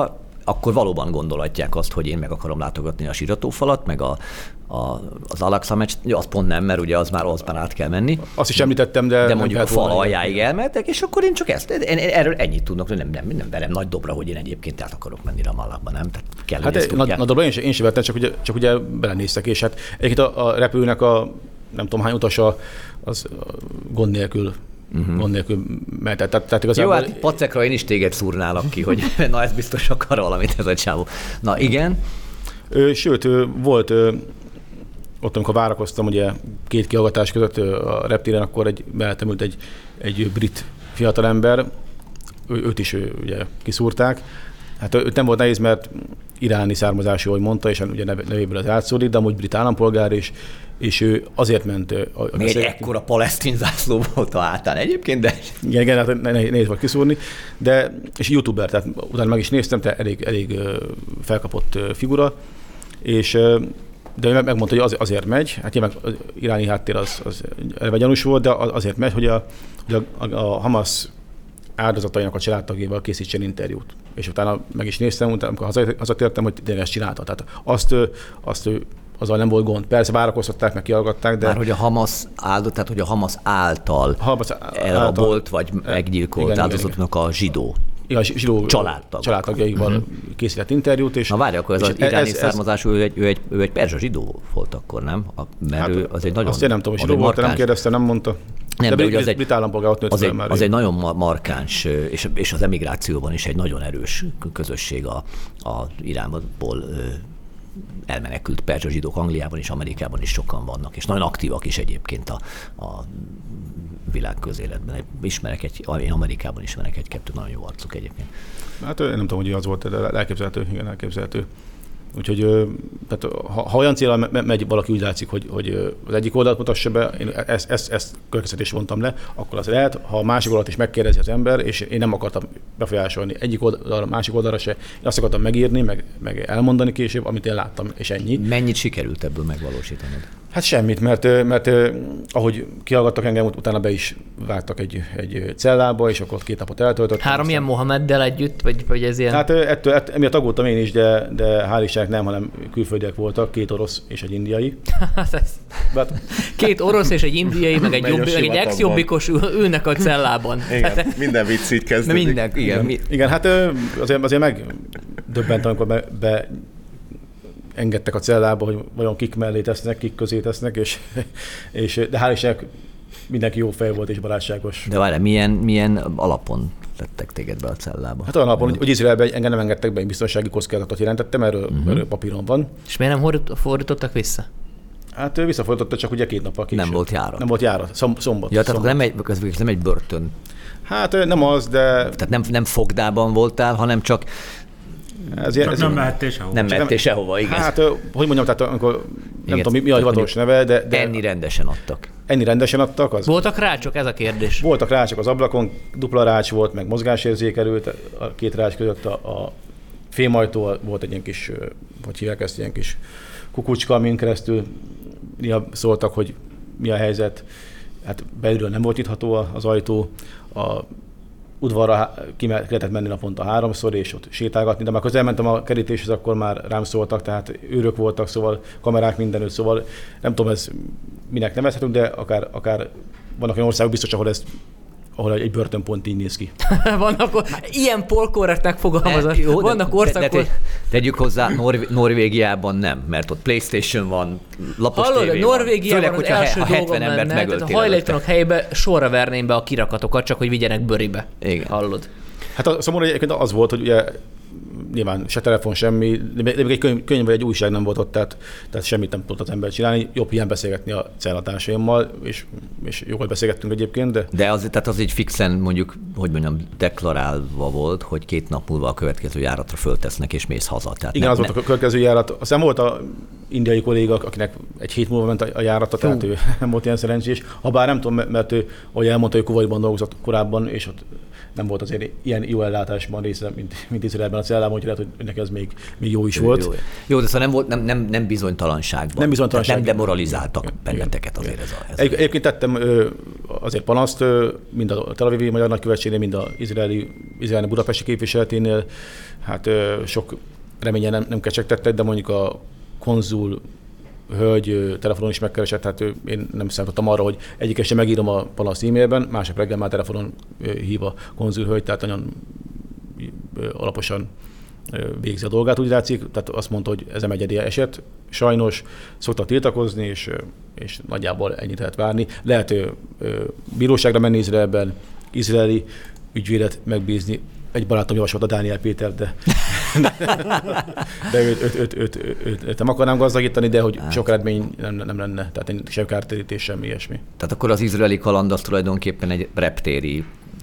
akkor valóban gondolhatják azt, hogy én meg akarom látogatni a síratófalat, meg a, a, az Al-Aqsa meccset. Ja, az pont nem, mert ugye az már, az már át kell menni. Azt is említettem, de... De mondjuk a fal aljáig elmentek, és akkor én csak ezt, én, én erről ennyit tudnak, hogy nem, nem, nem velem nagy dobra, hogy én egyébként át akarok menni Ramallahba, nem? Tehát kell, hát egy, nagy, nagy dobra, én sem, én sem vettem, csak ugye, csak ugye belenéztek, és hát egyébként a, a repülőnek a nem tudom hány utasa, az gond nélkül Uh-huh. gond nélkül mehetett. Tehát, tehát igazából... Jó, hát pacekra én is téged szúrnálak ki, hogy na ez biztos akar valamit ez a csávó. Na igen. Ö, sőt, ö, volt ö, ott, amikor várakoztam ugye két kihallgatás között ö, a reptéren, akkor egy, mellettem ült egy, egy brit fiatalember, ő, őt is ő, ugye kiszúrták. Hát őt nem volt nehéz, mert iráni származású, ahogy mondta, és ugye nevéből az átszódik, de amúgy brit állampolgár, és, és ő azért ment... A, a Még egy ekkora palesztin zászló volt a hátán egyébként, de... Igen, igen, hát nehéz volt kiszúrni, de, és youtuber, tehát utána meg is néztem, tehát elég, elég felkapott figura, és de ő megmondta, hogy az, azért megy, hát nyilván az iráni háttér az, az eleve gyanús volt, de azért megy, hogy a, hogy a, a, a Hamas áldozatainak a családtagjával készítsen interjút. És utána meg is néztem, utána, amikor hazatértem, hogy tényleg ezt csinálta. Tehát azt, azt azzal nem volt gond. Persze várakoztatták, meg kihallgatták, de... Már hogy a Hamas áldott, tehát hogy a Hamas által Hamas elrabolt, vagy meggyilkolt áldozatnak a zsidó. Igen, zsidó családtag. családtagjaival uh-huh. készített interjút. És na várj, akkor ez az iráni ez, származású, ő egy, ő, egy, ő egy perzsa zsidó volt akkor, nem? A, mert hát ő az egy nagyon... Azt én nem tudom, hogy zsidó volt, nem kérdezte, nem mondta. Nem, de, de brit, az egy, brit állampolgár ott nőtt az, fel egy, már. Az egy nagyon markáns, és, és az emigrációban is egy nagyon erős közösség a, a Iránból elmenekült perzsa zsidók. Angliában és Amerikában is sokan vannak, és nagyon aktívak is egyébként a, a világ közéletben. Ismerek egy, én Amerikában ismerek egy-kettő nagyon jó arcuk egyébként. Hát én nem tudom, hogy az volt, de elképzelhető, igen, elképzelhető. Úgyhogy tehát, ha, ha olyan célra megy valaki, úgy látszik, hogy, hogy az egyik oldalt mutassa be, én ezt, ezt, ezt következtetést vontam le, akkor az lehet, ha a másik oldalt is megkérdezi az ember, és én nem akartam befolyásolni egyik oldalra, másik oldalra se, én azt akartam megírni, meg, meg elmondani később, amit én láttam, és ennyi. Mennyit sikerült ebből megvalósítanod? Hát semmit, mert, mert ahogy kihallgattak engem, utána be is vágtak egy, egy cellába, és akkor két napot eltöltöttem. Három aztán... ilyen Mohameddel együtt, vagy, vagy ez ilyen? Hát ettől, ettől, emiatt aggódtam én is, de, de hál' Istennek nem, hanem külföldiek voltak, két orosz és egy indiai. But... Két orosz és egy indiai, meg egy, jobb, egy ex-jobbikos ülnek a cellában. Igen, minden vicc így kezdődik. Minden, igen, igen, igen, hát azért, azért megdöbbentem, amikor be, be engedtek a cellába, hogy vajon kik mellé tesznek, kik közé tesznek, és, és de hál' Istennek mindenki jó fej volt és barátságos. De várjál, milyen, milyen alapon tettek téged be a cellába? Hát olyan alapon, hogy, hogy Izraelben engem nem engedtek be, én biztonsági kockázatot jelentettem, erről, uh-huh. erről papíron van. És miért nem fordítottak vissza? Hát visszafordította, csak ugye két nappal később. Nem volt járat. Nem volt járat, Szom, szombat. Ja, tehát szombat. nem egy, ez nem egy börtön. Hát nem az, de... Tehát nem, nem fogdában voltál, hanem csak... Ez, ez nem mehettél sehova. Nem mehettél sehova, igen. Hát, hogy mondjam, tehát amikor nem igen, tudom, mi, mi a hivatalos neve, de, de... Enni rendesen adtak. Enni rendesen adtak. Az... Voltak rácsok, ez a kérdés. Voltak rácsok az ablakon, dupla rács volt, meg mozgásérzékelült, a két rács között a, a fémajtó volt egy ilyen kis, hogy hívják ezt, ilyen kis kukucska, amin keresztül szóltak, hogy mi a helyzet. Hát belülről nem volt nyitható az ajtó, a udvarra ki lehetett menni naponta háromszor, és ott sétálgatni, de már közel mentem a kerítéshez, akkor már rám szóltak, tehát őrök voltak, szóval kamerák mindenütt, szóval nem tudom, ez minek nevezhetünk, de akár, akár vannak olyan országok biztos, ahol ez ahol egy börtön pont így néz ki. Vannak, ilyen polkorrektnek fogalmazás. Jó, vannak országok... te, te, tegyük hozzá, Norv- Norvégiában nem, mert ott PlayStation van, lapos Hallod, tévé Norvégiában van. az első ha dolgom lenne, tehát a hajléktalanok helyébe sorra verném be a kirakatokat, csak hogy vigyenek bőribe. Igen. Hallod? Hát a szomorú egyébként az volt, hogy ugye nyilván se telefon, semmi, de még egy könyv, könyv vagy egy újság nem volt ott, tehát, tehát semmit nem tudott az ember csinálni. Jobb ilyen beszélgetni a cellatársaimmal, és, és jól beszélgettünk egyébként, de... De az, tehát az így fixen mondjuk, hogy mondjam, deklarálva volt, hogy két nap múlva a következő járatra föltesznek, és mész haza. Tehát igen, nem, az volt a következő járat. Aztán volt a indiai kolléga, akinek egy hét múlva ment a járata, tehát ő nem volt ilyen szerencsés. Habár nem tudom, mert ő, ahogy elmondta, hogy Kuwaitban dolgozott korábban, és ott nem volt azért ilyen jó ellátásban része, mint, mint Izraelben a cellában, hogy lehet, hogy neki ez még, még jó is volt. Jó, jó, de szóval nem, volt, nem, nem, nem bizonytalanságban. Nem bizonytalanságban. Nem demoralizáltak benneteket azért ez a... Ez egy, egyébként tettem ö, azért panaszt, mind a Tel Avivi Magyar Nagykövetségnél, mind az izraeli, izraeli budapesti képviseleténél, hát sok reményen nem, nem kecsegtettek, de mondjuk a konzul hölgy telefonon is megkeresett, hát én nem számítottam arra, hogy egyik este megírom a panaszt e-mailben, másnap reggel már telefonon hív a konzul hölgy, tehát nagyon alaposan végzi a dolgát, úgy látszik, tehát azt mondta, hogy ez nem egyedi eset, sajnos szoktak tiltakozni, és, és nagyjából ennyit lehet várni. Lehet ö, ö, bíróságra menni Izraelben, izraeli ügyvédet megbízni. Egy barátom javasolta Dániel Péter, de, de őt, őt, őt, őt, őt, őt nem akarnám gazdagítani, de hogy hát. sok eredmény nem, nem lenne, tehát sem kártérítés, semmi ilyesmi. Tehát akkor az izraeli kaland az tulajdonképpen egy reptéri,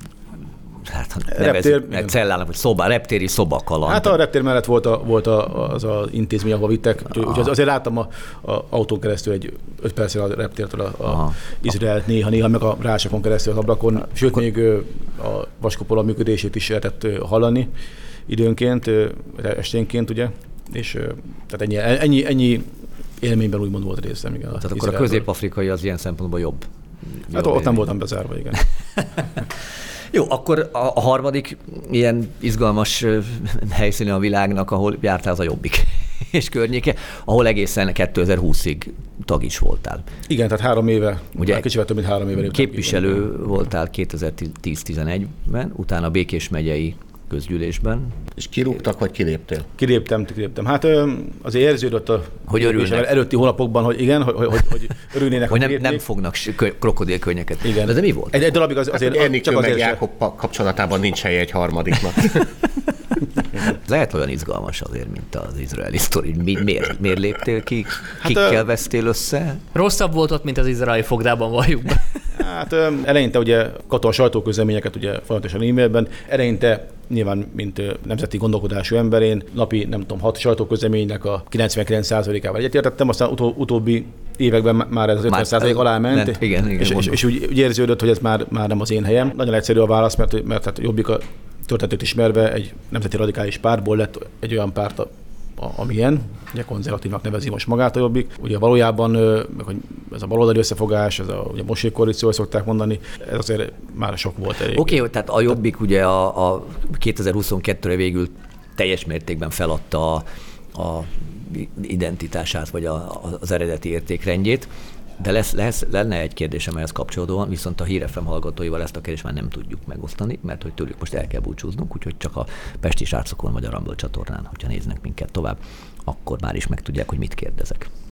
hát reptér, meg cellának, vagy szoba, reptéri szobakaland. Hát a reptér mellett volt, a, volt a, az az intézmény, ahova vittek, úgyhogy azért láttam a, a autón keresztül egy öt percre a reptértől a, a Izraelt néha, néha meg a rásakon keresztül az ablakon, sőt akkor... még a vaskupola működését is lehetett hallani időnként, esténként, ugye, és tehát ennyi, ennyi, ennyi élményben úgymond volt részem, igen. Tehát akkor a közép-afrikai az ilyen szempontból jobb. Hát jobb ott nem voltam bezárva, igen. Jó, akkor a, a harmadik ilyen izgalmas helyszíne a világnak, ahol jártál, az a Jobbik és környéke, ahol egészen kétezer-húszig tag is voltál. Igen, tehát három éve, ugye kicsivel több mint három éve. Képviselő igen. voltál kétezer-tíz-tizenegyben, utána Békés megyei közgyűlésben. És kirúgtak, vagy kiléptél? Kiléptem, kiléptem. Hát azért érződött a hogy előtti hónapokban, hogy igen, hogy, hogy, hogy örülnének, hogy nem, nem fognak krokodilkönnyeket. Igen. De, de mi volt? Egy, egy darabig az, azért... Hát, csak azért meg Jákob kapcsolatában nincs helye egy harmadiknak. Lehet olyan izgalmas azért, mint az izraeli sztori. Mi, miért, miért léptél ki? Kikkel hát, vesztél össze? Rosszabb volt ott, mint az izraeli fogdában, valljuk be. Hát eleinte ugye katona sajtóközleményeket ugye folyamatosan e-mailben, eleinte nyilván, mint nemzeti gondolkodású ember, én napi, nem tudom, hat sajtóközleménynek a kilencvenkilenc százalékával egyetértettem, aztán utó, utóbbi években már ez az ötven százalék alá ment, ment igen, igen, és, és, és úgy, úgy érződött, hogy ez már, már nem az én helyem. Nagyon egyszerű a válasz, mert, mert hát Jobbik a történetét ismerve egy nemzeti radikális pártból lett egy olyan párt, a, a, amilyen, ugye konzervatívnak nevezi most magát a Jobbik. Ugye valójában hogy ez a baloldali összefogás, ez a ugye mosékoalíció, szokták mondani, ez azért már sok volt elég. Oké, okay, tehát a Jobbik ugye a, a kétezer-huszonkettőre végül teljes mértékben feladta a, a identitását, vagy a, az eredeti értékrendjét. De lesz, lesz, lenne egy kérdésem ehhez kapcsolódóan, viszont a Hír ef em hallgatóival ezt a kérdést már nem tudjuk megosztani, mert hogy tőlük most el kell búcsúznunk, úgyhogy csak a Pesti Srácokon vagy a Rumble csatornán, hogyha néznek minket tovább, akkor már is megtudják, hogy mit kérdezek.